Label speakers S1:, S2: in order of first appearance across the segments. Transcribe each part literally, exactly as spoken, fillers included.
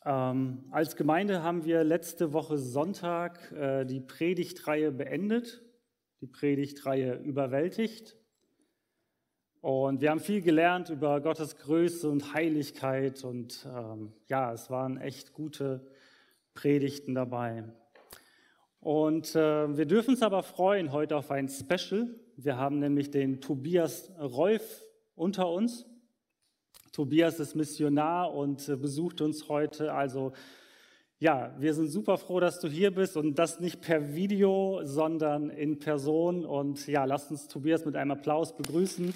S1: Ähm, als Gemeinde haben wir letzte Woche Sonntag äh, die Predigtreihe beendet, die Predigtreihe überwältigt. Und wir haben viel gelernt über Gottes Größe und Heiligkeit und ähm, ja, es waren echt gute Predigten dabei. Und äh, wir dürfen uns aber freuen heute auf ein Special. Wir haben nämlich den Tobias Rolf unter uns. Tobias ist Missionar und äh, besucht uns heute. Also ja, wir sind super froh, dass du hier bist und das nicht per Video, sondern in Person. Und ja, lasst uns Tobias mit einem Applaus begrüßen.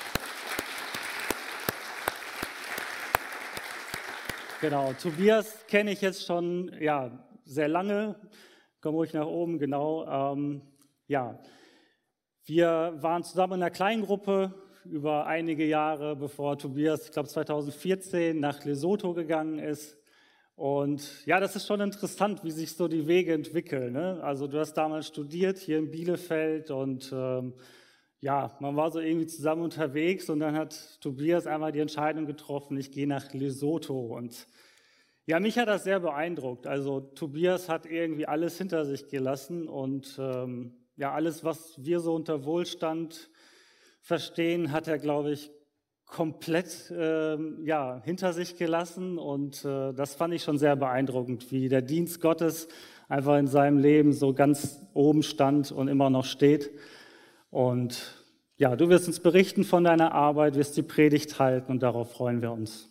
S1: Genau, Tobias kenne ich jetzt schon ja, sehr lange. Komm ruhig nach oben, genau. Ähm, ja, wir waren zusammen in einer Kleingruppe über einige Jahre, bevor Tobias, ich glaube zweitausendvierzehn, nach Lesotho gegangen ist. Und ja, das ist schon interessant, wie sich so die Wege entwickeln. Ne? Also du hast damals studiert hier in Bielefeld und ähm, ja, man war so irgendwie zusammen unterwegs und dann hat Tobias einmal die Entscheidung getroffen, ich gehe nach Lesotho. Und ja, mich hat das sehr beeindruckt. Also Tobias hat irgendwie alles hinter sich gelassen und ähm, ja, alles, was wir so unter Wohlstand verstehen, hat er, glaube ich, komplett ähm, ja, hinter sich gelassen. Und äh, das fand ich schon sehr beeindruckend, wie der Dienst Gottes einfach in seinem Leben so ganz oben stand und immer noch steht. Und ja, du wirst uns berichten von deiner Arbeit, wirst die Predigt halten und darauf freuen wir uns.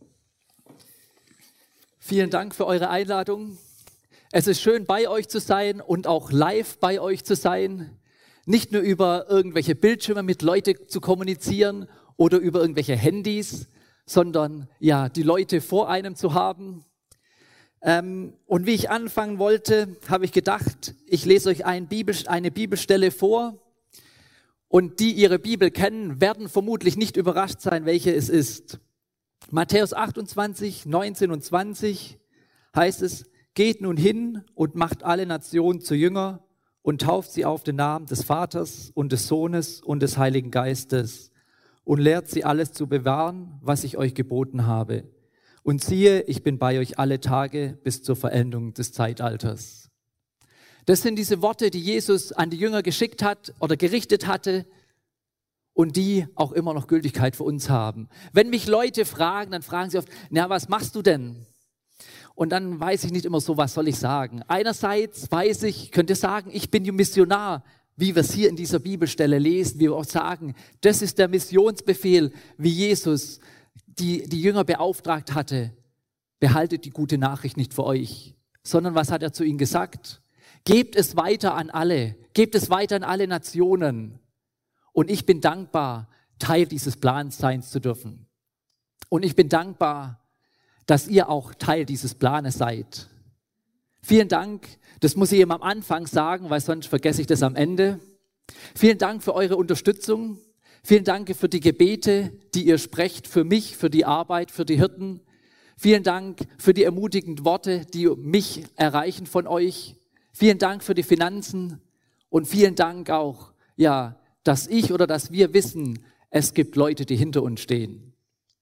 S2: Vielen Dank für eure Einladung. Es ist schön, bei euch zu sein und auch live bei euch zu sein. Nicht nur über irgendwelche Bildschirme mit Leuten zu kommunizieren oder über irgendwelche Handys, sondern ja, die Leute vor einem zu haben. Ähm, und wie ich anfangen wollte, habe ich gedacht, ich lese euch ein Bibel, eine Bibelstelle vor. Und die ihre Bibel kennen, werden vermutlich nicht überrascht sein, welche es ist. Matthäus achtundzwanzig, neunzehn und zwanzig heißt es, geht nun hin und macht alle Nationen zu Jünger und tauft sie auf den Namen des Vaters und des Sohnes und des Heiligen Geistes und lehrt sie alles zu bewahren, was ich euch geboten habe. Und siehe, ich bin bei euch alle Tage bis zur Vollendung des Zeitalters. Das sind diese Worte, die Jesus an die Jünger geschickt hat oder gerichtet hatte und die auch immer noch Gültigkeit für uns haben. Wenn mich Leute fragen, dann fragen sie oft, na, was machst du denn? Und dann weiß ich nicht immer so, was soll ich sagen. Einerseits weiß ich, könnte sagen, ich bin Missionar, wie wir es hier in dieser Bibelstelle lesen, wie wir auch sagen, das ist der Missionsbefehl, wie Jesus die, die Jünger beauftragt hatte. Behaltet die gute Nachricht nicht für euch, sondern was hat er zu ihnen gesagt? Gebt es weiter an alle, gebt es weiter an alle Nationen. Und ich bin dankbar, Teil dieses Plans sein zu dürfen. Und ich bin dankbar, dass ihr auch Teil dieses Planes seid. Vielen Dank, das muss ich eben am Anfang sagen, weil sonst vergesse ich das am Ende. Vielen Dank für eure Unterstützung. Vielen Dank für die Gebete, die ihr sprecht, für mich, für die Arbeit, für die Hirten. Vielen Dank für die ermutigenden Worte, die mich erreichen von euch. Vielen Dank für die Finanzen und vielen Dank auch, ja, dass ich oder dass wir wissen, es gibt Leute, die hinter uns stehen.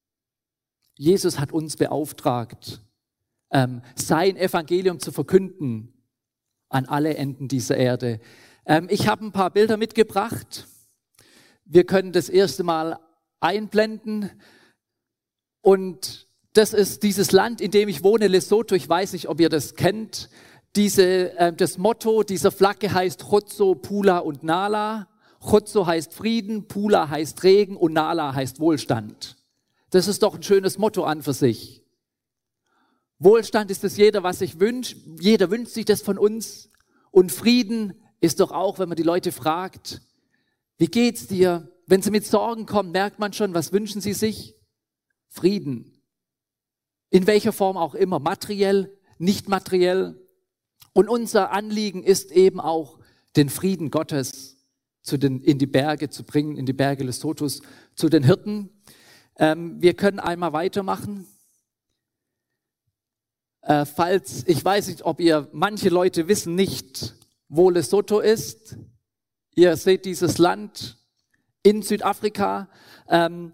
S2: Jesus hat uns beauftragt, ähm, sein Evangelium zu verkünden an alle Enden dieser Erde. Ähm, ich habe ein paar Bilder mitgebracht. Wir können das erste Mal einblenden. Und das ist dieses Land, in dem ich wohne, Lesotho. Ich weiß nicht, ob ihr das kennt. Diese, äh, das Motto dieser Flagge heißt Khotso, Pula und Nala. Khotso heißt Frieden, Pula heißt Regen und Nala heißt Wohlstand. Das ist doch ein schönes Motto an für sich. Wohlstand ist es jeder, was sich wünscht. Jeder wünscht sich das von uns. Und Frieden ist doch auch, wenn man die Leute fragt, wie geht's dir? Wenn sie mit Sorgen kommen, merkt man schon, was wünschen sie sich? Frieden. In welcher Form auch immer, materiell, nicht materiell. Und unser Anliegen ist eben auch, den Frieden Gottes zu den, in die Berge zu bringen, in die Berge Lesothos, zu den Hirten. Ähm, wir können einmal weitermachen. Äh, falls, ich weiß nicht, ob ihr, manche Leute wissen nicht, wo Lesotho ist. Ihr seht dieses Land in Südafrika. Ähm,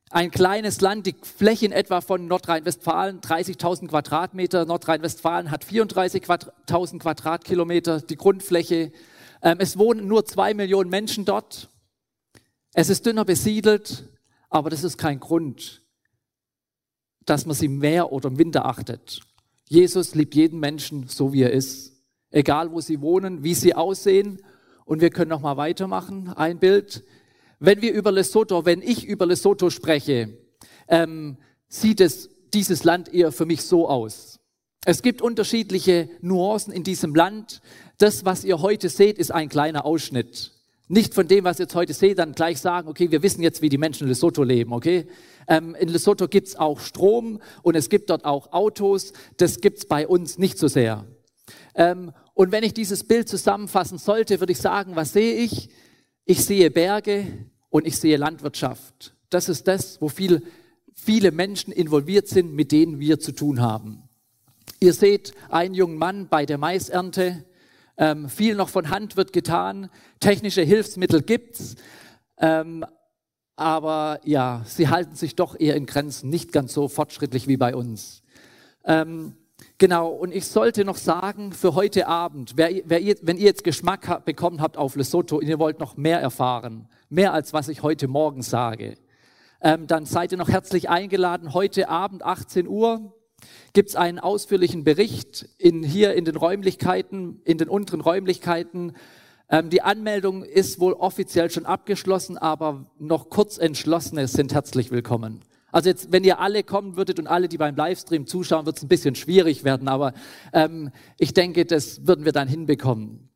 S2: Ein kleines Land, die Fläche in etwa von Nordrhein-Westfalen, dreißigtausend Quadratmeter. Nordrhein-Westfalen hat vierunddreißigtausend Quadratkilometer, die Grundfläche. Es wohnen nur zwei Millionen Menschen dort. Es ist dünner besiedelt, aber das ist kein Grund, dass man sie mehr oder minder achtet. Jesus liebt jeden Menschen so, wie er ist. Egal, wo sie wohnen, wie sie aussehen. Und wir können noch mal weitermachen. Ein Bild. Wenn wir über Lesotho, wenn ich über Lesotho spreche, ähm, sieht es dieses Land eher für mich so aus. Es gibt unterschiedliche Nuancen in diesem Land. Das, was ihr heute seht, ist ein kleiner Ausschnitt. Nicht von dem, was ihr jetzt heute seht, dann gleich sagen, okay, wir wissen jetzt, wie die Menschen in Lesotho leben, okay? Ähm, in Lesotho gibt es auch Strom und es gibt dort auch Autos. Das gibt es bei uns nicht so sehr. Ähm, und wenn ich dieses Bild zusammenfassen sollte, würde ich sagen, was sehe ich? Ich sehe Berge und ich sehe Landwirtschaft. Das ist das, wo viel, viele Menschen involviert sind, mit denen wir zu tun haben. Ihr seht einen jungen Mann bei der Maisernte. Ähm, viel noch von Hand wird getan. Technische Hilfsmittel gibt's. Ähm, aber ja, sie halten sich doch eher in Grenzen. Nicht ganz so fortschrittlich wie bei uns. Ähm, genau, und ich sollte noch sagen, für heute Abend, wer, wer ihr, wenn ihr jetzt Geschmack ha- bekommen habt auf Lesotho und ihr wollt noch mehr erfahren, mehr als was ich heute Morgen sage, ähm, dann seid ihr noch herzlich eingeladen. Heute Abend, achtzehn Uhr, gibt es einen ausführlichen Bericht in, hier in den Räumlichkeiten, in den unteren Räumlichkeiten. Ähm, die Anmeldung ist wohl offiziell schon abgeschlossen, aber noch Kurzentschlossene sind herzlich willkommen. Also jetzt, wenn ihr alle kommen würdet und alle, die beim Livestream zuschauen, wird es ein bisschen schwierig werden, aber ähm, ich denke, das würden wir dann hinbekommen.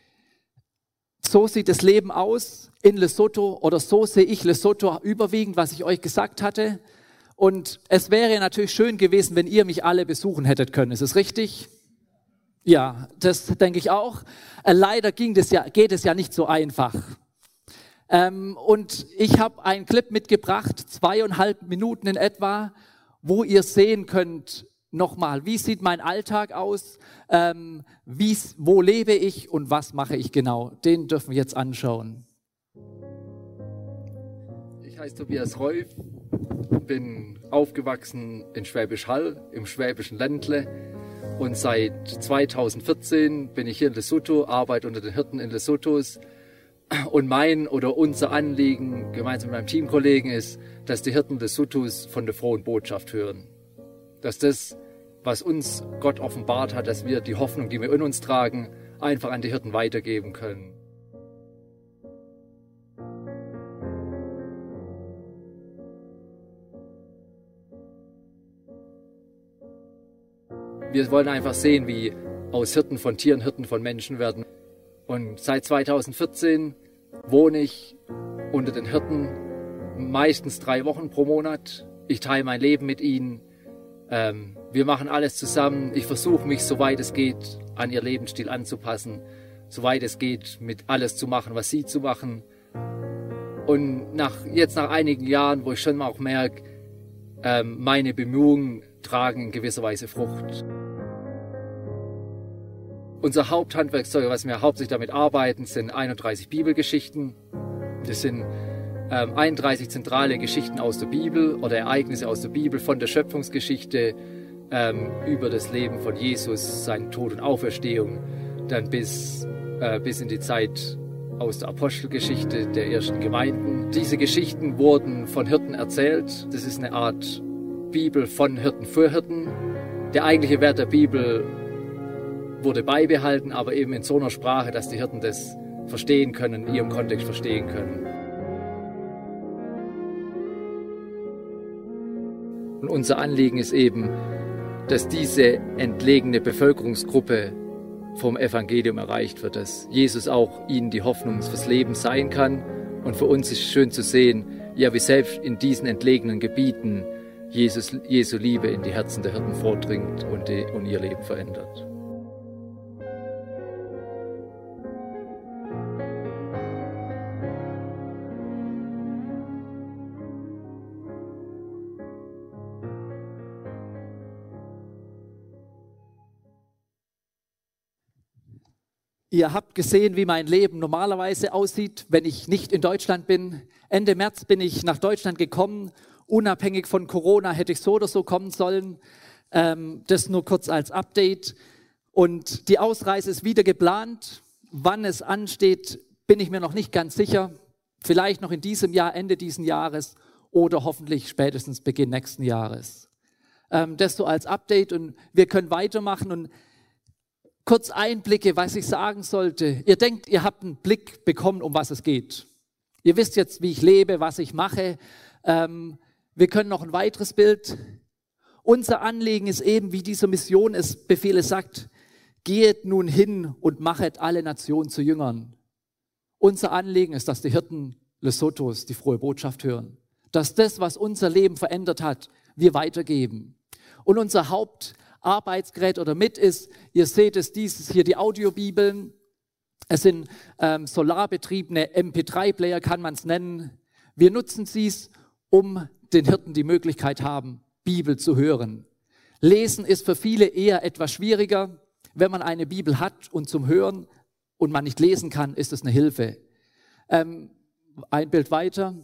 S2: So sieht das Leben aus in Lesotho oder so sehe ich Lesotho überwiegend, was ich euch gesagt hatte. Und es wäre natürlich schön gewesen, wenn ihr mich alle besuchen hättet können. Ist es richtig? Ja, das denke ich auch. Äh, leider ging das ja, geht es ja nicht so einfach. Ähm, und ich habe einen Clip mitgebracht, zweieinhalb Minuten in etwa, wo ihr sehen könnt, nochmal, wie sieht mein Alltag aus, ähm, wo lebe ich und was mache ich genau. Den dürfen wir jetzt anschauen.
S3: Ich heiße Tobias Reuf, bin aufgewachsen in Schwäbisch Hall, im schwäbischen Ländle. Und seit zweitausendvierzehn bin ich hier in Lesotho, arbeite unter den Hirten in Lesothos. Und mein oder unser Anliegen, gemeinsam mit meinem Teamkollegen, ist, dass die Hirten Lesothos von der frohen Botschaft hören. Dass das, was uns Gott offenbart hat, dass wir die Hoffnung, die wir in uns tragen, einfach an die Hirten weitergeben können. Wir wollen einfach sehen, wie aus Hirten von Tieren Hirten von Menschen werden. Und seit zweitausendvierzehn wohne ich unter den Hirten meistens drei Wochen pro Monat. Ich teile mein Leben mit ihnen. Ähm, wir machen alles zusammen. Ich versuche mich, soweit es geht, an ihr Lebensstil anzupassen. Soweit es geht, mit alles zu machen, was sie zu machen. Und nach, jetzt nach einigen Jahren, wo ich schon auch merke, ähm, meine Bemühungen tragen in gewisser Weise Frucht. Unser Haupthandwerkszeug, was wir hauptsächlich damit arbeiten, sind einunddreißig Bibelgeschichten. Das sind ähm, einunddreißig zentrale Geschichten aus der Bibel oder Ereignisse aus der Bibel, von der Schöpfungsgeschichte ähm, über das Leben von Jesus, seinen Tod und Auferstehung, dann bis, äh, bis in die Zeit aus der Apostelgeschichte der ersten Gemeinden. Diese Geschichten wurden von Hirten erzählt. Das ist eine Art Bibel von Hirten für Hirten. Der eigentliche Wert der Bibel wurde beibehalten, aber eben in so einer Sprache, dass die Hirten das verstehen können, in ihrem Kontext verstehen können. Und unser Anliegen ist eben, dass diese entlegene Bevölkerungsgruppe vom Evangelium erreicht wird, dass Jesus auch ihnen die Hoffnung fürs Leben sein kann. Und für uns ist es schön zu sehen, ja, wie selbst in diesen entlegenen Gebieten Jesus, Jesu Liebe in die Herzen der Hirten vordringt und, die, und ihr Leben verändert.
S2: Ihr habt gesehen, wie mein Leben normalerweise aussieht, wenn ich nicht in Deutschland bin. Ende März bin ich nach Deutschland gekommen Unabhängig von Corona hätte ich so oder so kommen sollen. Ähm, das nur kurz als Update. Und die Ausreise ist wieder geplant. Wann es ansteht, bin ich mir noch nicht ganz sicher. Vielleicht noch in diesem Jahr, Ende dieses Jahres oder hoffentlich spätestens Beginn nächsten Jahres. Ähm, das so als Update und wir können weitermachen und kurz Einblicke, was ich sagen sollte. Ihr denkt, ihr habt einen Blick bekommen, um was es geht. Ihr wisst jetzt, wie ich lebe, was ich mache. Ähm, wir können noch ein weiteres Bild. Unser Anliegen ist eben, wie diese Mission es Befehle sagt, geht nun hin und machet alle Nationen zu Jüngern. Unser Anliegen ist, dass die Hirten Lesothos die frohe Botschaft hören. Dass das, was unser Leben verändert hat, wir weitergeben. Und unser Hauptarbeitsgerät oder mit ist, ihr seht es, dieses hier, die Audiobibeln. Es sind ähm, solarbetriebene M P drei Player, kann man es nennen. Wir nutzen sie, um den Hirten die Möglichkeit haben, Bibel zu hören. Lesen ist für viele eher etwas schwieriger. Wenn man eine Bibel hat und zum Hören und man nicht lesen kann, ist es eine Hilfe. Ähm, ein Bild weiter.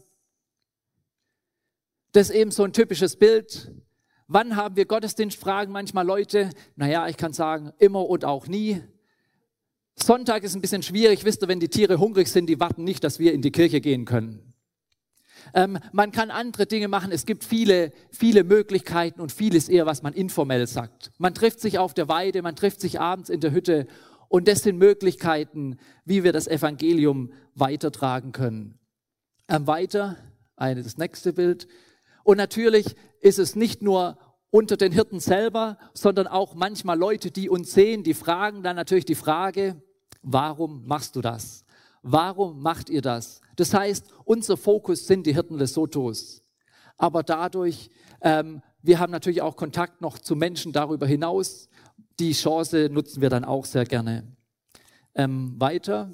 S2: Das ist eben so ein typisches Bild. Wann haben wir Gottesdienst, fragen manchmal Leute. Naja, ich kann sagen, immer und auch nie. Sonntag ist ein bisschen schwierig. Wisst ihr, wenn die Tiere hungrig sind, die warten nicht, dass wir in die Kirche gehen können. Ähm, man kann andere Dinge machen. Es gibt viele, viele Möglichkeiten und vieles eher, was man informell sagt. Man trifft sich auf der Weide, man trifft sich abends in der Hütte und das sind Möglichkeiten, wie wir das Evangelium weitertragen können. Ähm, weiter, eine, das nächste Bild. Und natürlich ist es nicht nur unter den Hirten selber, sondern auch manchmal Leute, die uns sehen, die fragen dann natürlich die Frage, warum machst du das? Warum macht ihr das? Das heißt, unser Fokus sind die Hirten Lesothos. Aber dadurch, ähm, wir haben natürlich auch Kontakt noch zu Menschen darüber hinaus. Die Chance nutzen wir dann auch sehr gerne. Ähm, weiter.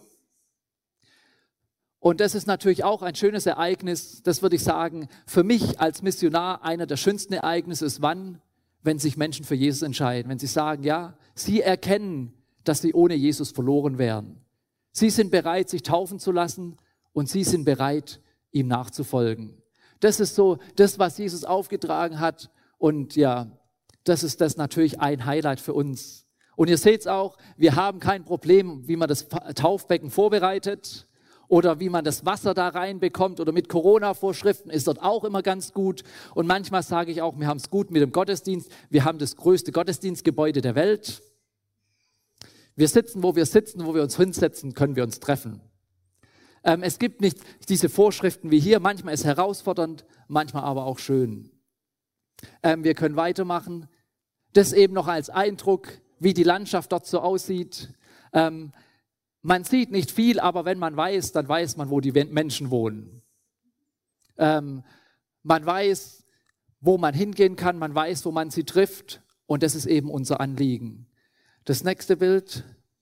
S2: Und das ist natürlich auch ein schönes Ereignis, das würde ich sagen, für mich als Missionar einer der schönsten Ereignisse ist, wann, wenn sich Menschen für Jesus entscheiden, wenn sie sagen, ja, sie erkennen, dass sie ohne Jesus verloren wären. Sie sind bereit, sich taufen zu lassen und sie sind bereit, ihm nachzufolgen. Das ist so das, was Jesus aufgetragen hat und ja, das ist das natürlich ein Highlight für uns. Und ihr seht es auch, wir haben kein Problem, wie man das Taufbecken vorbereitet oder wie man das Wasser da reinbekommt oder mit Corona-Vorschriften ist dort auch immer ganz gut. Und manchmal sage ich auch, wir haben es gut mit dem Gottesdienst. Wir haben das größte Gottesdienstgebäude der Welt. Wir sitzen, wo wir sitzen, wo wir uns hinsetzen, können wir uns treffen. Ähm, es gibt nicht diese Vorschriften wie hier. Manchmal ist es herausfordernd, manchmal aber auch schön. Ähm, wir können weitermachen. Das eben noch als Eindruck, wie die Landschaft dort so aussieht. Ähm, man sieht nicht viel, aber wenn man weiß, dann weiß man, wo die Menschen wohnen. Ähm, man weiß, wo man hingehen kann, man weiß, wo man sie trifft und das ist eben unser Anliegen. Das nächste Bild.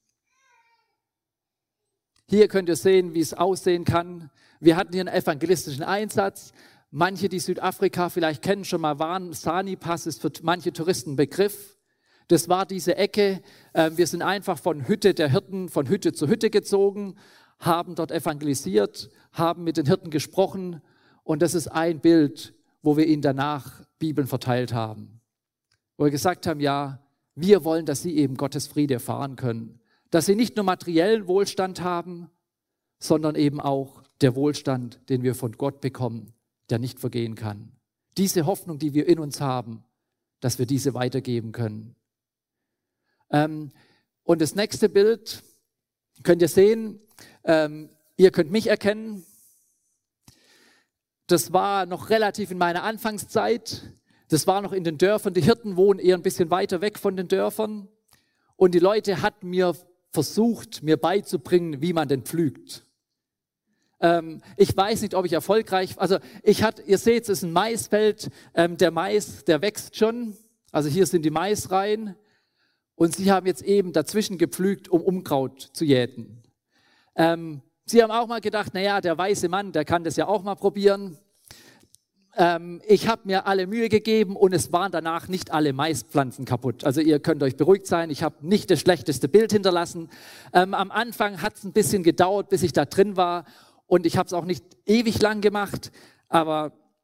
S2: Hier könnt ihr sehen, wie es aussehen kann. Wir hatten hier einen evangelistischen Einsatz. Manche, die Südafrika vielleicht kennen, schon mal waren. Sani-Pass ist für manche Touristen ein Begriff. Das war diese Ecke. Wir sind einfach von Hütte der Hirten, von Hütte zu Hütte gezogen, haben dort evangelisiert, haben mit den Hirten gesprochen. Und das ist ein Bild, wo wir ihnen danach Bibeln verteilt haben. Wo wir gesagt haben, ja, wir wollen, dass sie eben Gottes Friede erfahren können. Dass sie nicht nur materiellen Wohlstand haben, sondern eben auch der Wohlstand, den wir von Gott bekommen, der nicht vergehen kann. Diese Hoffnung, die wir in uns haben, dass wir diese weitergeben können. Ähm, und das nächste Bild könnt ihr sehen, ähm, ihr könnt mich erkennen. Das war noch relativ in meiner Anfangszeit. Das war noch in den Dörfern. Die Hirten wohnen eher ein bisschen weiter weg von den Dörfern. Und die Leute hatten mir versucht, mir beizubringen, wie man denn pflügt. Ähm, ich weiß nicht, ob ich erfolgreich, also ich hatte, ihr seht, es ist ein Maisfeld. Ähm, der Mais, der wächst schon. Also hier sind die Maisreihen. Und sie haben jetzt eben dazwischen gepflügt, um Unkraut zu jäten. Ähm, sie haben auch mal gedacht, naja, der weiße Mann, der kann das ja auch mal probieren. Ähm, ich habe mir alle Mühe gegeben und es waren danach nicht alle Maispflanzen kaputt. Also ihr könnt euch beruhigt sein, ich habe nicht das schlechteste Bild hinterlassen. Ähm, am Anfang hat es ein bisschen gedauert, bis ich da drin war und ich habe es auch nicht ewig lang gemacht, aber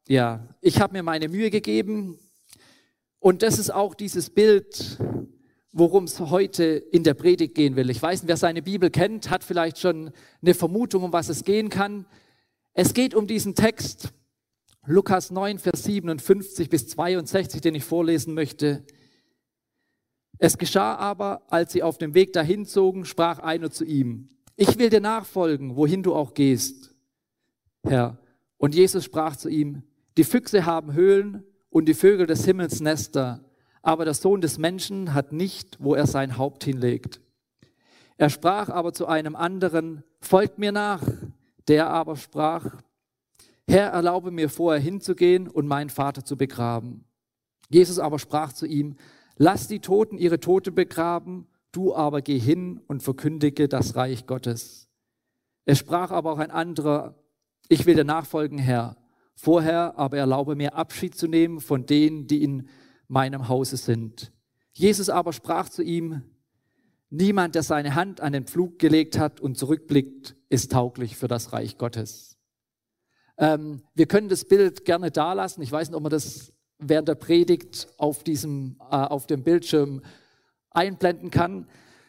S2: ja, ich habe mir meine Mühe gegeben und das ist auch dieses Bild, worum es heute in der Predigt gehen will. Ich weiß nicht, wer seine Bibel kennt, hat vielleicht schon eine Vermutung, um was es gehen kann. Es geht um diesen Text, Lukas neun, Vers siebenundfünfzig bis zweiundsechzig, den ich vorlesen möchte. Es geschah aber, als sie auf dem Weg dahin zogen, sprach einer zu ihm: Ich will dir nachfolgen, wohin du auch gehst, Herr. Und Jesus sprach zu ihm: Die Füchse haben Höhlen und die Vögel des Himmels Nester, aber der Sohn des Menschen hat nicht, wo er sein Haupt hinlegt. Er sprach aber zu einem anderen: Folgt mir nach. Der aber sprach: Herr, erlaube mir vorher hinzugehen und meinen Vater zu begraben. Jesus aber sprach zu ihm: Lass die Toten ihre Tote begraben, du aber geh hin und verkündige das Reich Gottes. Es sprach aber auch ein anderer: Ich will dir nachfolgen, Herr. Vorher aber erlaube mir Abschied zu nehmen von denen, die in meinem Hause sind. Jesus aber sprach zu ihm: Niemand, der seine Hand an den Pflug gelegt hat und zurückblickt, ist tauglich für das Reich Gottes. Ähm, wir können das Bild gerne da lassen. Ich weiß nicht, ob man das während der Predigt auf, diesem, äh, auf dem Bildschirm einblenden kann.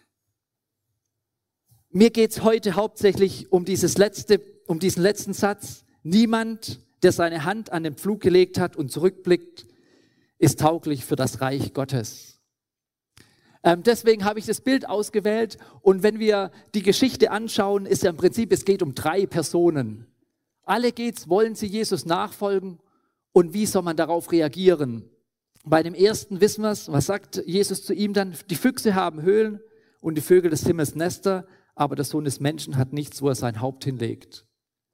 S2: Mir geht es heute hauptsächlich um, dieses letzte, um diesen letzten Satz. Niemand, der seine Hand an den Pflug gelegt hat und zurückblickt, ist tauglich für das Reich Gottes. Ähm, deswegen habe ich das Bild ausgewählt. Und wenn wir die Geschichte anschauen, ist ja im Prinzip, es geht um drei Personen. Alle geht's, wollen sie Jesus nachfolgen und wie soll man darauf reagieren? Bei dem ersten wissen wir es, was sagt Jesus zu ihm dann? Die Füchse haben Höhlen und die Vögel des Himmels Nester, aber der Sohn des Menschen hat nichts, wo er sein Haupt hinlegt.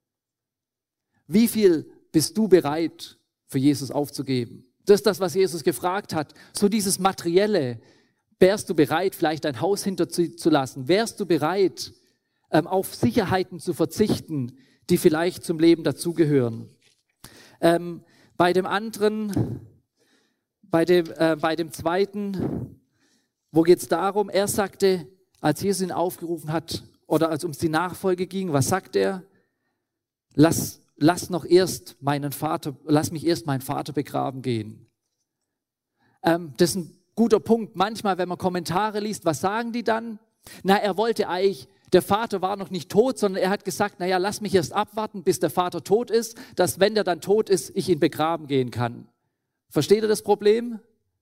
S2: Wie viel bist du bereit, für Jesus aufzugeben? Das ist das, was Jesus gefragt hat. So dieses Materielle. Wärst du bereit, vielleicht dein Haus hinterzulassen? Wärst du bereit, ähm, auf Sicherheiten zu verzichten, die vielleicht zum Leben dazugehören? Ähm, bei dem anderen, bei dem, äh, bei dem zweiten, wo geht es darum? Er sagte, als Jesus ihn aufgerufen hat oder als es um die Nachfolge ging, was sagt er? Lass, lass noch erst meinen Vater, lass mich erst meinen Vater begraben gehen. Ähm, das ist ein guter Punkt. Manchmal, wenn man Kommentare liest, was sagen die dann? Na, er wollte eigentlich, der Vater war noch nicht tot, sondern er hat gesagt, naja, lass mich erst abwarten, bis der Vater tot ist, dass, wenn der dann tot ist, ich ihn begraben gehen kann. Versteht ihr das Problem?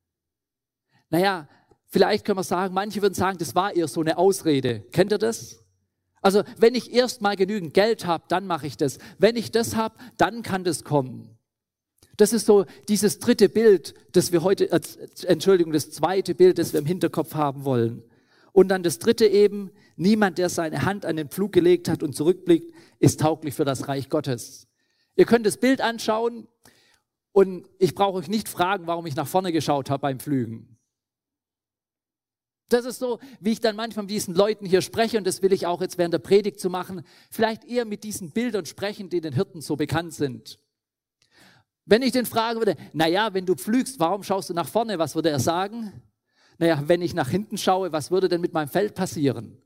S2: Naja, vielleicht können wir sagen, manche würden sagen, das war eher so eine Ausrede. Kennt ihr das? Also, wenn ich erst mal genügend Geld habe, dann mache ich das. Wenn ich das habe, dann kann das kommen. Das ist so dieses dritte Bild, das wir heute, äh, Entschuldigung, das zweite Bild, das wir im Hinterkopf haben wollen. Und dann das dritte eben, niemand, der seine Hand an den Pflug gelegt hat und zurückblickt, ist tauglich für das Reich Gottes. Ihr könnt das Bild anschauen und ich brauche euch nicht fragen, warum ich nach vorne geschaut habe beim Pflügen. Das ist so, wie ich dann manchmal mit diesen Leuten hier spreche und das will ich auch jetzt während der Predigt zu machen, vielleicht eher mit diesen Bildern sprechen, die den Hirten so bekannt sind. Wenn ich den fragen würde, naja, wenn du pflügst, warum schaust du nach vorne? Was würde er sagen? Naja, wenn ich nach hinten schaue, was würde denn mit meinem Feld passieren?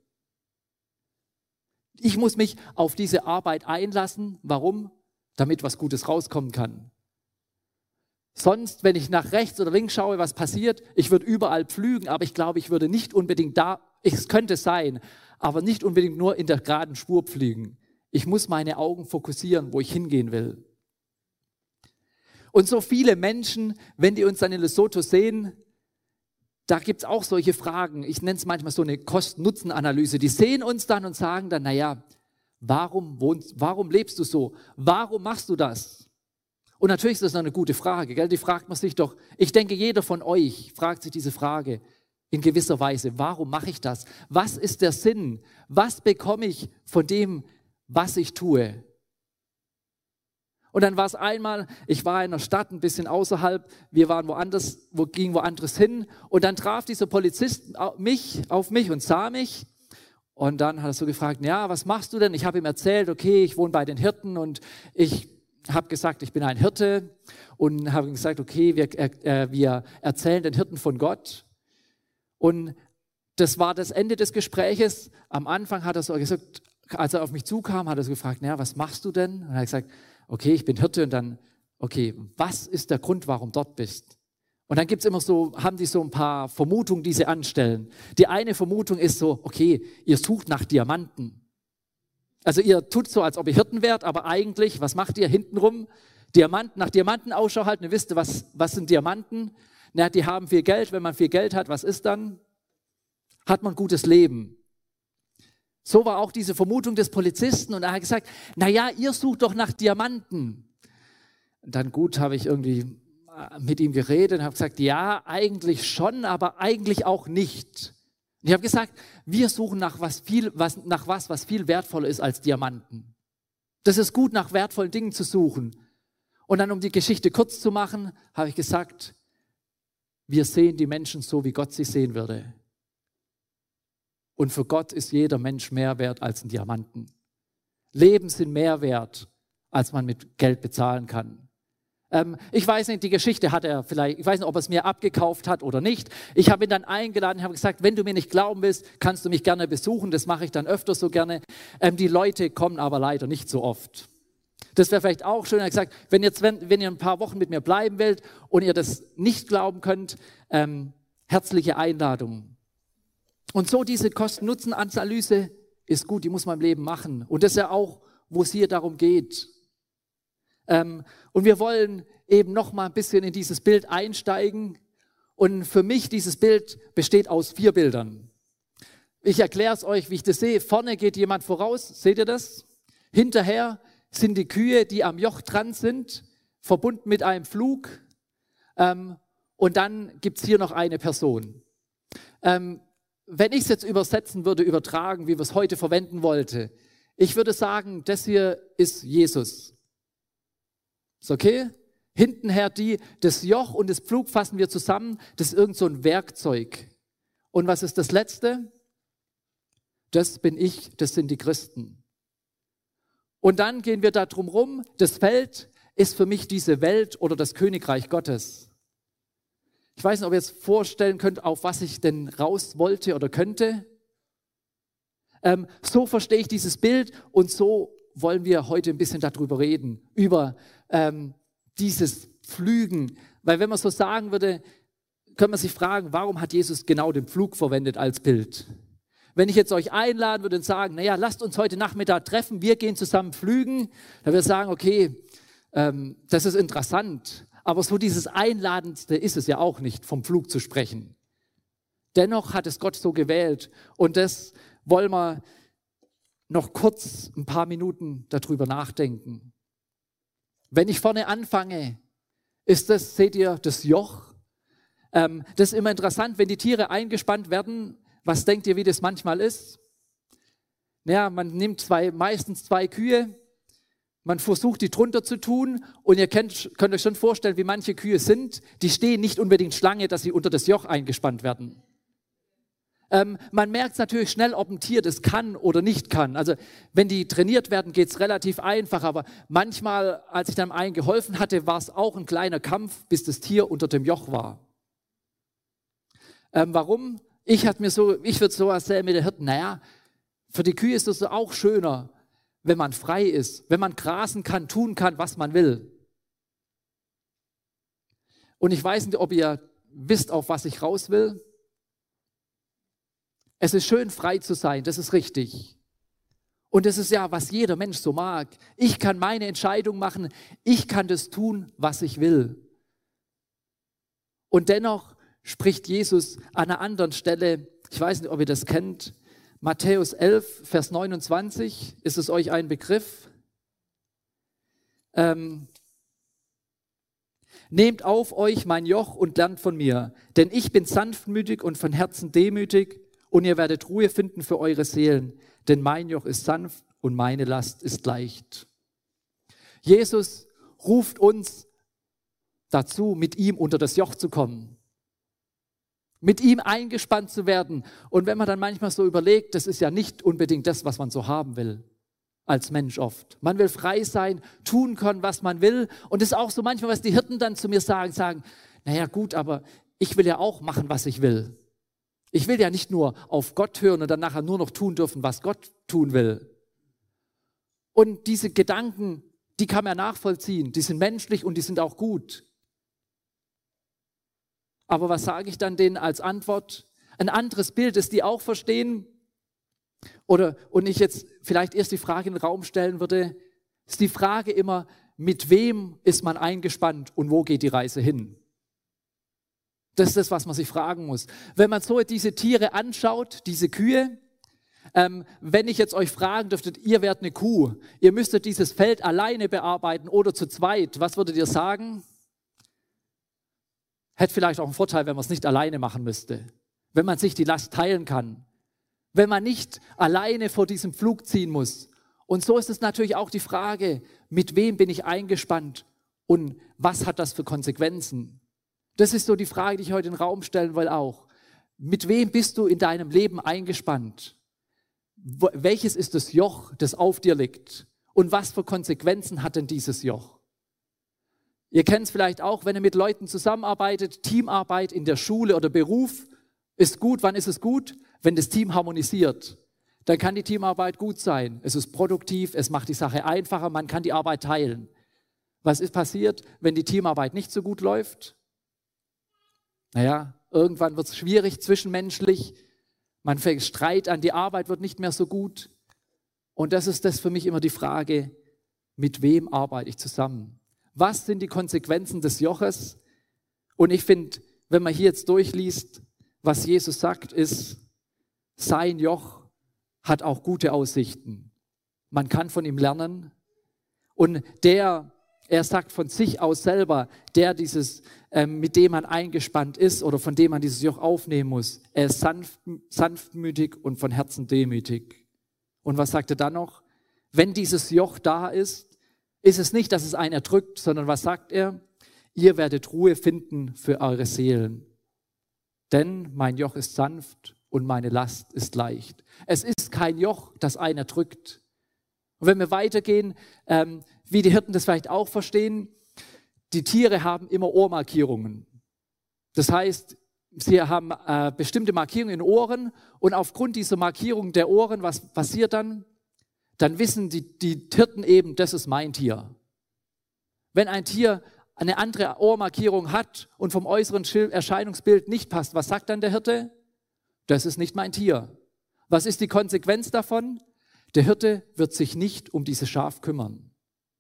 S2: Ich muss mich auf diese Arbeit einlassen. Warum? Damit was Gutes rauskommen kann. Sonst, wenn ich nach rechts oder links schaue, was passiert? Ich würde überall pflügen, aber ich glaube, ich würde nicht unbedingt da, es könnte sein, aber nicht unbedingt nur in der geraden Spur pflügen. Ich muss meine Augen fokussieren, wo ich hingehen will. Und so viele Menschen, wenn die uns dann in Lesotho sehen, da gibt es auch solche Fragen. Ich nenne es manchmal so eine Kosten-Nutzen-Analyse. Die sehen uns dann und sagen dann, naja, warum wohnst, warum lebst du so? Warum machst du das? Und natürlich ist das noch eine gute Frage, gell? Die fragt man sich doch. Ich denke, jeder von euch fragt sich diese Frage in gewisser Weise. Warum mache ich das? Was ist der Sinn? Was bekomme ich von dem, was ich tue? Und dann war es einmal, ich war in einer Stadt ein bisschen außerhalb, wir waren woanders, wo ging woanders hin und dann traf dieser Polizist mich, auf mich und sah mich und dann hat er so gefragt, ja, was machst du denn? Ich habe ihm erzählt, okay, ich wohne bei den Hirten und ich habe gesagt, ich bin ein Hirte und habe ihm gesagt, okay, wir, äh, wir erzählen den Hirten von Gott und das war das Ende des Gespräches. Am Anfang hat er so gesagt, als er auf mich zukam, hat er so gefragt, ja, was machst du denn? Und er hat gesagt, okay, ich bin Hirte und dann okay, was ist der Grund, warum du dort bist? Und dann gibt's immer so, haben die so ein paar Vermutungen, die sie anstellen. Die eine Vermutung ist so, okay, ihr sucht nach Diamanten. Also ihr tut so, als ob ihr Hirten wärt, aber eigentlich, was macht ihr hintenrum? Diamanten, nach Diamanten Ausschau halten. Ihr wisst, was, was sind Diamanten? Na, die haben viel Geld. Wenn man viel Geld hat, was ist dann? Hat man gutes Leben. So war auch diese Vermutung des Polizisten. Und er hat gesagt, naja, ihr sucht doch nach Diamanten. Und dann gut, habe ich irgendwie mit ihm geredet und habe gesagt, ja, eigentlich schon, aber eigentlich auch nicht. Und ich habe gesagt, wir suchen nach was, viel, was, nach was, was viel wertvoller ist als Diamanten. Das ist gut, nach wertvollen Dingen zu suchen. Und dann, um die Geschichte kurz zu machen, habe ich gesagt, wir sehen die Menschen so, wie Gott sie sehen würde. Und für Gott ist jeder Mensch mehr wert als ein Diamanten. Leben sind mehr wert, als man mit Geld bezahlen kann. Ähm, ich weiß nicht, die Geschichte hat er vielleicht, ich weiß nicht, ob er es mir abgekauft hat oder nicht. Ich habe ihn dann eingeladen, habe gesagt, wenn du mir nicht glauben willst, kannst du mich gerne besuchen. Das mache ich dann öfter so gerne. Ähm, die Leute kommen aber leider nicht so oft. Das wäre vielleicht auch schön. Er hat gesagt, wenn, jetzt, wenn, wenn ihr ein paar Wochen mit mir bleiben wollt und ihr das nicht glauben könnt, ähm, herzliche Einladung. Und so diese Kosten-Nutzen-Analyse ist gut, die muss man im Leben machen. Und das ist ja auch, wo es hier darum geht. Ähm, und wir wollen eben noch mal ein bisschen in dieses Bild einsteigen. Und für mich, dieses Bild besteht aus vier Bildern. Ich erkläre es euch, wie ich das sehe. Vorne geht jemand voraus, seht ihr das? Hinterher sind die Kühe, die am Joch dran sind, verbunden mit einem Pflug. Ähm, und dann gibt es hier noch eine Person. Ähm, wenn ich es jetzt übersetzen würde, übertragen, wie wir es heute verwenden wollte, ich würde sagen, das hier ist Jesus. Ist okay? Hintenher die, das Joch und das Pflug fassen wir zusammen, das ist irgend so ein Werkzeug. Und was ist das Letzte? Das bin ich, das sind die Christen. Und dann gehen wir da drum rum, das Feld ist für mich diese Welt oder das Königreich Gottes. Ich weiß nicht, ob ihr jetzt vorstellen könnt, auf was ich denn raus wollte oder könnte. Ähm, so verstehe ich dieses Bild und so wollen wir heute ein bisschen darüber reden, über ähm, dieses Pflügen. Weil wenn man so sagen würde, könnte man sich fragen, warum hat Jesus genau den Pflug verwendet als Bild? Wenn ich jetzt euch einladen würde und sagen, naja, lasst uns heute Nachmittag treffen, wir gehen zusammen pflügen, dann würde ich sagen, okay, ähm, das ist interessant, aber so dieses Einladendste ist es ja auch nicht, vom Pflug zu sprechen. Dennoch hat es Gott so gewählt und das wollen wir noch kurz ein paar Minuten darüber nachdenken. Wenn ich vorne anfange, ist das, seht ihr, das Joch. Ähm, das ist immer interessant, wenn die Tiere eingespannt werden. Was denkt ihr, wie das manchmal ist? Naja, man nimmt zwei, meistens zwei Kühe, man versucht, die drunter zu tun und ihr könnt, könnt euch schon vorstellen, wie manche Kühe sind. Die stehen nicht unbedingt Schlange, dass sie unter das Joch eingespannt werden. Ähm, man merkt natürlich schnell, ob ein Tier das kann oder nicht kann. Also wenn die trainiert werden, geht es relativ einfach, aber manchmal, als ich dann einem geholfen hatte, war es auch ein kleiner Kampf, bis das Tier unter dem Joch war. Ähm, warum? Ich hatte mir so, ich würde so erzählen mit der Hirten, naja, für die Kühe ist es auch schöner, wenn man frei ist, wenn man grasen kann, tun kann, was man will. Und ich weiß nicht, ob ihr wisst, auf was ich raus will. Es ist schön, frei zu sein, das ist richtig. Und das ist ja, was jeder Mensch so mag. Ich kann meine Entscheidung machen, ich kann das tun, was ich will. Und dennoch spricht Jesus an einer anderen Stelle, ich weiß nicht, ob ihr das kennt, Matthäus elf, Vers neunundzwanzig, ist es euch ein Begriff? Ähm, Nehmt auf euch mein Joch und lernt von mir, denn ich bin sanftmütig und von Herzen demütig und ihr werdet Ruhe finden für eure Seelen, denn mein Joch ist sanft und meine Last ist leicht. Jesus ruft uns dazu, mit ihm unter das Joch zu kommen, mit ihm eingespannt zu werden. Und wenn man dann manchmal so überlegt, das ist ja nicht unbedingt das, was man so haben will, als Mensch oft. Man will frei sein, tun können, was man will. Und das ist auch so manchmal, was die Hirten dann zu mir sagen, sagen, naja gut, aber ich will ja auch machen, was ich will. Ich will ja nicht nur auf Gott hören und dann nachher nur noch tun dürfen, was Gott tun will. Und diese Gedanken, die kann man nachvollziehen, die sind menschlich und die sind auch gut. Aber was sage ich dann denen als Antwort? Ein anderes Bild, das die auch verstehen, oder und ich jetzt vielleicht erst die Frage in den Raum stellen würde, ist die Frage immer, mit wem ist man eingespannt und wo geht die Reise hin? Das ist das, was man sich fragen muss. Wenn man so diese Tiere anschaut, diese Kühe, ähm, wenn ich jetzt euch fragen dürftet, ihr wärt eine Kuh, ihr müsstet dieses Feld alleine bearbeiten oder zu zweit, was würdet ihr sagen? Hätte vielleicht auch einen Vorteil, wenn man es nicht alleine machen müsste, wenn man sich die Last teilen kann, wenn man nicht alleine vor diesem Pflug ziehen muss. Und so ist es natürlich auch die Frage, mit wem bin ich eingespannt und was hat das für Konsequenzen? Das ist so die Frage, die ich heute in den Raum stellen will auch. Mit wem bist du in deinem Leben eingespannt? Welches ist das Joch, das auf dir liegt? Und was für Konsequenzen hat denn dieses Joch? Ihr kennt es vielleicht auch, wenn ihr mit Leuten zusammenarbeitet, Teamarbeit in der Schule oder Beruf ist gut. Wann ist es gut? Wenn das Team harmonisiert. Dann kann die Teamarbeit gut sein. Es ist produktiv, es macht die Sache einfacher, man kann die Arbeit teilen. Was ist passiert, wenn die Teamarbeit nicht so gut läuft? Naja, irgendwann wird es schwierig zwischenmenschlich. Man fängt Streit an, die Arbeit wird nicht mehr so gut. Und das ist das für mich immer die Frage, mit wem arbeite ich zusammen? Was sind die Konsequenzen des Joches? Und ich finde, wenn man hier jetzt durchliest, was Jesus sagt, ist, sein Joch hat auch gute Aussichten. Man kann von ihm lernen. Und der, er sagt von sich aus selber, der dieses, ähm, mit dem man eingespannt ist oder von dem man dieses Joch aufnehmen muss, er ist sanft, sanftmütig und von Herzen demütig. Und was sagt er dann noch? Wenn dieses Joch da ist, ist es nicht, dass es einen erdrückt, sondern was sagt er? Ihr werdet Ruhe finden für eure Seelen. Denn mein Joch ist sanft und meine Last ist leicht. Es ist kein Joch, das einen erdrückt. Und wenn wir weitergehen, ähm, wie die Hirten das vielleicht auch verstehen, die Tiere haben immer Ohrmarkierungen. Das heißt, sie haben äh, bestimmte Markierungen in den Ohren und aufgrund dieser Markierung der Ohren, was passiert dann? Dann wissen die, die Hirten eben, das ist mein Tier. Wenn ein Tier eine andere Ohrmarkierung hat und vom äußeren Erscheinungsbild nicht passt, was sagt dann der Hirte? Das ist nicht mein Tier. Was ist die Konsequenz davon? Der Hirte wird sich nicht um dieses Schaf kümmern.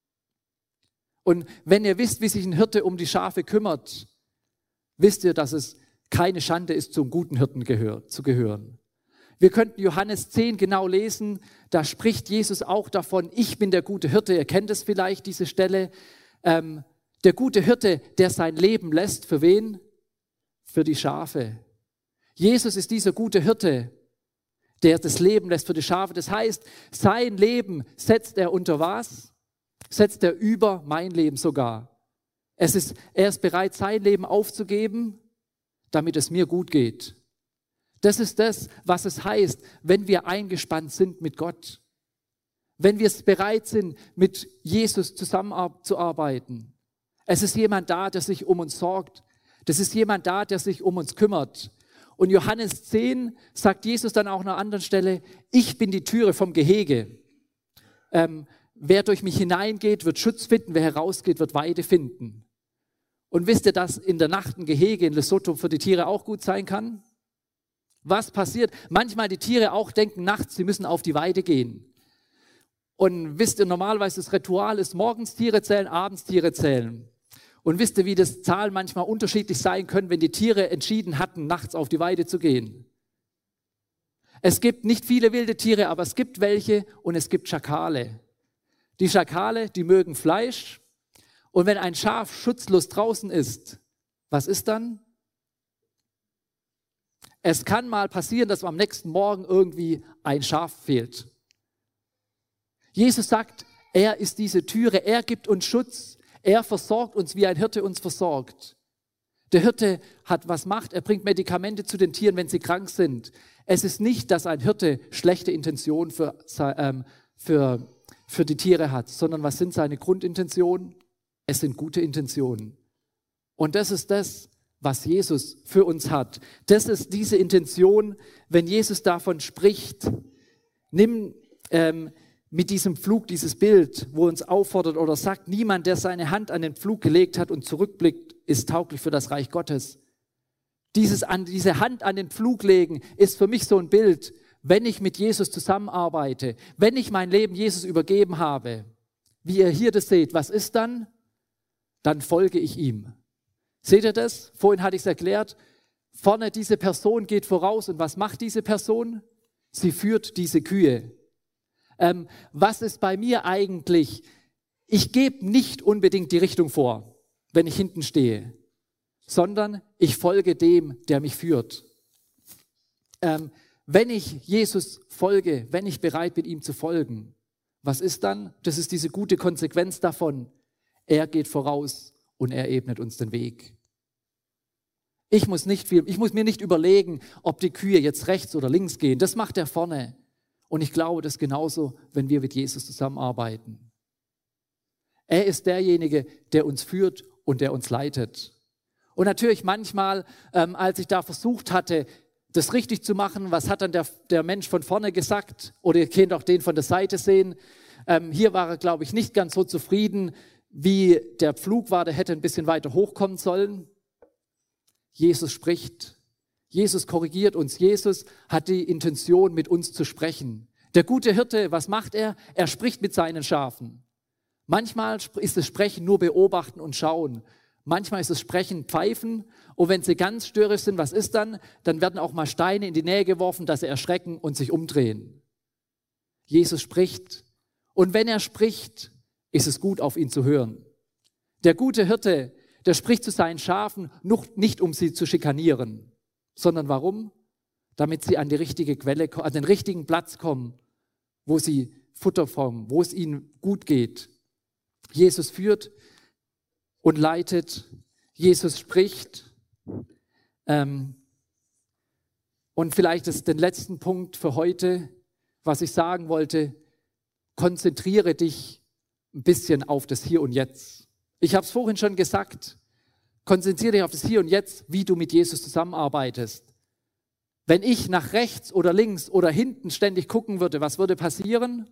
S2: Und wenn ihr wisst, wie sich ein Hirte um die Schafe kümmert, wisst ihr, dass es keine Schande ist, zum guten Hirten gehör, zu gehören. Wir könnten Johannes zehn genau lesen, da spricht Jesus auch davon, ich bin der gute Hirte, ihr kennt es vielleicht, diese Stelle. Ähm, der gute Hirte, der sein Leben lässt, für wen? Für die Schafe. Jesus ist dieser gute Hirte, der das Leben lässt für die Schafe. Das heißt, sein Leben setzt er unter was? Setzt er über mein Leben sogar. Es ist, er ist bereit, sein Leben aufzugeben, damit es mir gut geht. Das ist das, was es heißt, wenn wir eingespannt sind mit Gott. Wenn wir bereit sind, mit Jesus zusammenzuarbeiten. Es ist jemand da, der sich um uns sorgt. Das ist jemand da, der sich um uns kümmert. Und Johannes zehn sagt Jesus dann auch an einer anderen Stelle, ich bin die Türe vom Gehege. Ähm, wer durch mich hineingeht, wird Schutz finden, wer herausgeht, wird Weide finden. Und wisst ihr, dass in der Nacht ein Gehege in Lesotho für die Tiere auch gut sein kann? Was passiert? Manchmal die Tiere auch denken nachts, sie müssen auf die Weide gehen. Und wisst ihr, normalerweise das Ritual ist morgens Tiere zählen, abends Tiere zählen. Und wisst ihr, wie das Zahlen manchmal unterschiedlich sein können, wenn die Tiere entschieden hatten, nachts auf die Weide zu gehen? Es gibt nicht viele wilde Tiere, aber es gibt welche und es gibt Schakale. Die Schakale, die mögen Fleisch. Und wenn ein Schaf schutzlos draußen ist, was ist dann? Es kann mal passieren, dass am nächsten Morgen irgendwie ein Schaf fehlt. Jesus sagt, er ist diese Türe, er gibt uns Schutz, er versorgt uns, wie ein Hirte uns versorgt. Der Hirte hat was macht, er bringt Medikamente zu den Tieren, wenn sie krank sind. Es ist nicht, dass ein Hirte schlechte Intentionen für, ähm, für, für die Tiere hat, sondern was sind seine Grundintentionen? Es sind gute Intentionen. Und das ist das, was Jesus für uns hat. Das ist diese Intention, wenn Jesus davon spricht, nimm, ähm, mit diesem Pflug, dieses Bild, wo uns auffordert oder sagt, niemand, der seine Hand an den Pflug gelegt hat und zurückblickt, ist tauglich für das Reich Gottes. Dieses an, diese Hand an den Pflug legen ist für mich so ein Bild, wenn ich mit Jesus zusammenarbeite, wenn ich mein Leben Jesus übergeben habe, wie ihr hier das seht, was ist dann? Dann folge ich ihm. Seht ihr das? Vorhin hatte ich es erklärt. Vorne diese Person geht voraus und was macht diese Person? Sie führt diese Kühe. Ähm, was ist bei mir eigentlich? Ich gebe nicht unbedingt die Richtung vor, wenn ich hinten stehe, sondern ich folge dem, der mich führt. Ähm, wenn ich Jesus folge, wenn ich bereit bin, ihm zu folgen, was ist dann? Das ist diese gute Konsequenz davon. Er geht voraus und er ebnet uns den Weg. Ich muss nicht viel, ich muss mir nicht überlegen, ob die Kühe jetzt rechts oder links gehen. Das macht er vorne. Und ich glaube, das ist genauso, wenn wir mit Jesus zusammenarbeiten. Er ist derjenige, der uns führt und der uns leitet. Und natürlich manchmal, ähm, als ich da versucht hatte, das richtig zu machen, was hat dann der, der Mensch von vorne gesagt? Oder ihr könnt auch den von der Seite sehen. Ähm, hier war er, glaube ich, nicht ganz so zufrieden, wie der Pflug war. Der hätte ein bisschen weiter hochkommen sollen. Jesus spricht. Jesus korrigiert uns. Jesus hat die Intention, mit uns zu sprechen. Der gute Hirte, was macht er? Er spricht mit seinen Schafen. Manchmal ist das Sprechen nur beobachten und schauen. Manchmal ist das Sprechen pfeifen. Und wenn sie ganz störrisch sind, was ist dann? Dann werden auch mal Steine in die Nähe geworfen, dass sie erschrecken und sich umdrehen. Jesus spricht. Und wenn er spricht, ist es gut, auf ihn zu hören. Der gute Hirte, der spricht zu seinen Schafen, nicht um sie zu schikanieren, sondern warum? Damit sie an die richtige Quelle, an den richtigen Platz kommen, wo sie Futter bekommen, wo es ihnen gut geht. Jesus führt und leitet, Jesus spricht. Ähm, und vielleicht ist den letzten Punkt für heute, was ich sagen wollte, konzentriere dich ein bisschen auf das Hier und Jetzt. Ich habe es vorhin schon gesagt, konzentriere dich auf das Hier und Jetzt, wie du mit Jesus zusammenarbeitest. Wenn ich nach rechts oder links oder hinten ständig gucken würde, was würde passieren?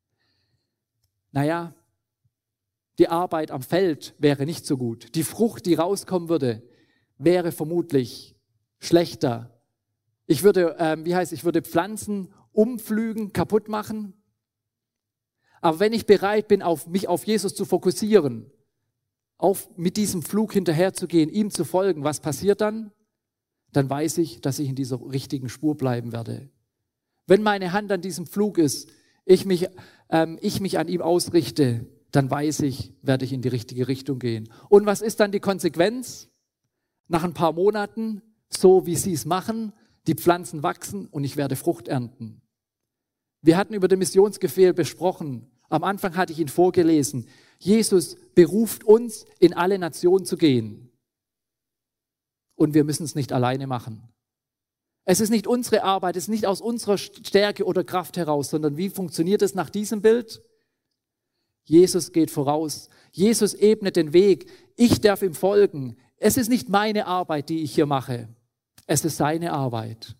S2: Naja, die Arbeit am Feld wäre nicht so gut. Die Frucht, die rauskommen würde, wäre vermutlich schlechter. Ich würde, ähm, wie heißt, ich würde Pflanzen umpflügen, kaputt machen. Aber wenn ich bereit bin, auf mich auf Jesus zu fokussieren, auf, mit diesem Pflug hinterherzugehen, ihm zu folgen, was passiert dann? Dann weiß ich, dass ich in dieser richtigen Spur bleiben werde. Wenn meine Hand an diesem Pflug ist, ich mich, ähm, ich mich an ihm ausrichte, dann weiß ich, werde ich in die richtige Richtung gehen. Und was ist dann die Konsequenz? Nach ein paar Monaten, so wie sie es machen, die Pflanzen wachsen und ich werde Frucht ernten. Wir hatten über den Missionsbefehl besprochen. Am Anfang hatte ich ihn vorgelesen. Jesus beruft uns, in alle Nationen zu gehen. Und wir müssen es nicht alleine machen. Es ist nicht unsere Arbeit, es ist nicht aus unserer Stärke oder Kraft heraus, sondern wie funktioniert es nach diesem Bild? Jesus geht voraus. Jesus ebnet den Weg. Ich darf ihm folgen. Es ist nicht meine Arbeit, die ich hier mache. Es ist seine Arbeit.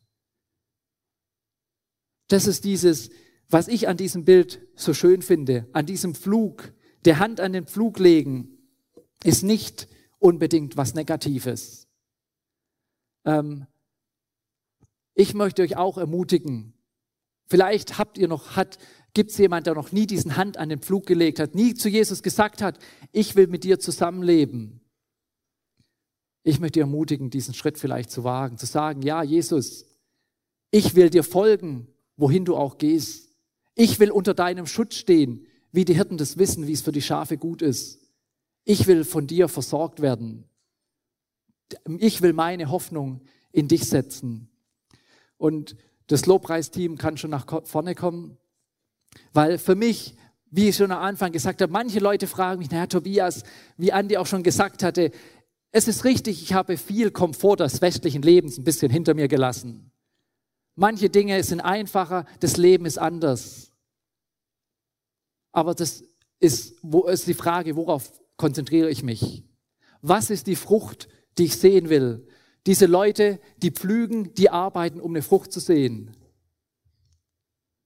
S2: Das ist dieses, was ich an diesem Bild so schön finde, an diesem Pflug. Der Hand an den Pflug legen ist nicht unbedingt was Negatives. Ähm, ich möchte euch auch ermutigen. Vielleicht habt ihr noch, hat, gibt es jemand, der noch nie diesen Hand an den Pflug gelegt hat, nie zu Jesus gesagt hat, ich will mit dir zusammenleben. Ich möchte dich ermutigen, diesen Schritt vielleicht zu wagen, zu sagen, ja, Jesus, ich will dir folgen, wohin du auch gehst. Ich will unter deinem Schutz stehen, wie die Hirten das wissen, wie es für die Schafe gut ist. Ich will von dir versorgt werden. Ich will meine Hoffnung in dich setzen. Und das Lobpreisteam kann schon nach vorne kommen, weil für mich, wie ich schon am Anfang gesagt habe, manche Leute fragen mich, naja, Tobias, wie Andi auch schon gesagt hatte, es ist richtig, ich habe viel Komfort des westlichen Lebens ein bisschen hinter mir gelassen. Manche Dinge sind einfacher, das Leben ist anders. Aber das ist, wo ist die Frage, worauf konzentriere ich mich? Was ist die Frucht, die ich sehen will? Diese Leute, die pflügen, die arbeiten, um eine Frucht zu sehen.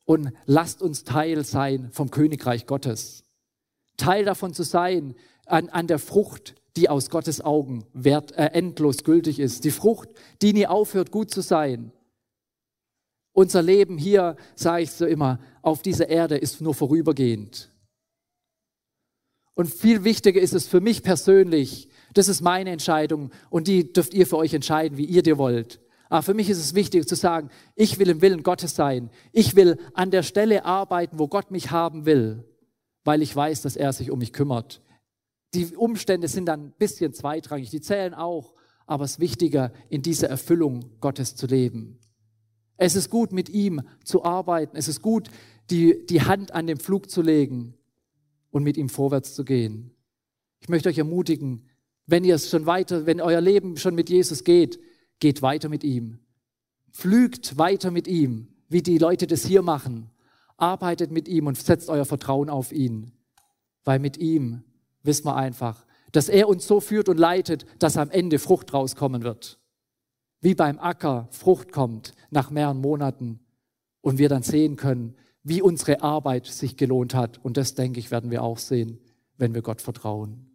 S2: Und lasst uns Teil sein vom Königreich Gottes. Teil davon zu sein, an, an der Frucht, die aus Gottes Augen wert, äh, endlos gültig ist. Die Frucht, die nie aufhört, gut zu sein. Unser Leben hier, sage ich so immer, auf dieser Erde ist nur vorübergehend. Und viel wichtiger ist es für mich persönlich, das ist meine Entscheidung und die dürft ihr für euch entscheiden, wie ihr dir wollt. Aber für mich ist es wichtig zu sagen, ich will im Willen Gottes sein. Ich will an der Stelle arbeiten, wo Gott mich haben will, weil ich weiß, dass er sich um mich kümmert. Die Umstände sind dann ein bisschen zweitrangig, die zählen auch, aber es ist wichtiger, in dieser Erfüllung Gottes zu leben. Es ist gut, mit ihm zu arbeiten. Es ist gut, die, die Hand an den Pflug zu legen und mit ihm vorwärts zu gehen. Ich möchte euch ermutigen, wenn ihr es schon weiter, wenn euer Leben schon mit Jesus geht, geht weiter mit ihm. Pflügt weiter mit ihm, wie die Leute das hier machen. Arbeitet mit ihm und setzt euer Vertrauen auf ihn. Weil mit ihm wissen wir einfach, dass er uns so führt und leitet, dass am Ende Frucht rauskommen wird. Wie beim Acker Frucht kommt nach mehreren Monaten und wir dann sehen können, wie unsere Arbeit sich gelohnt hat. Und das, denke ich, werden wir auch sehen, wenn wir Gott vertrauen.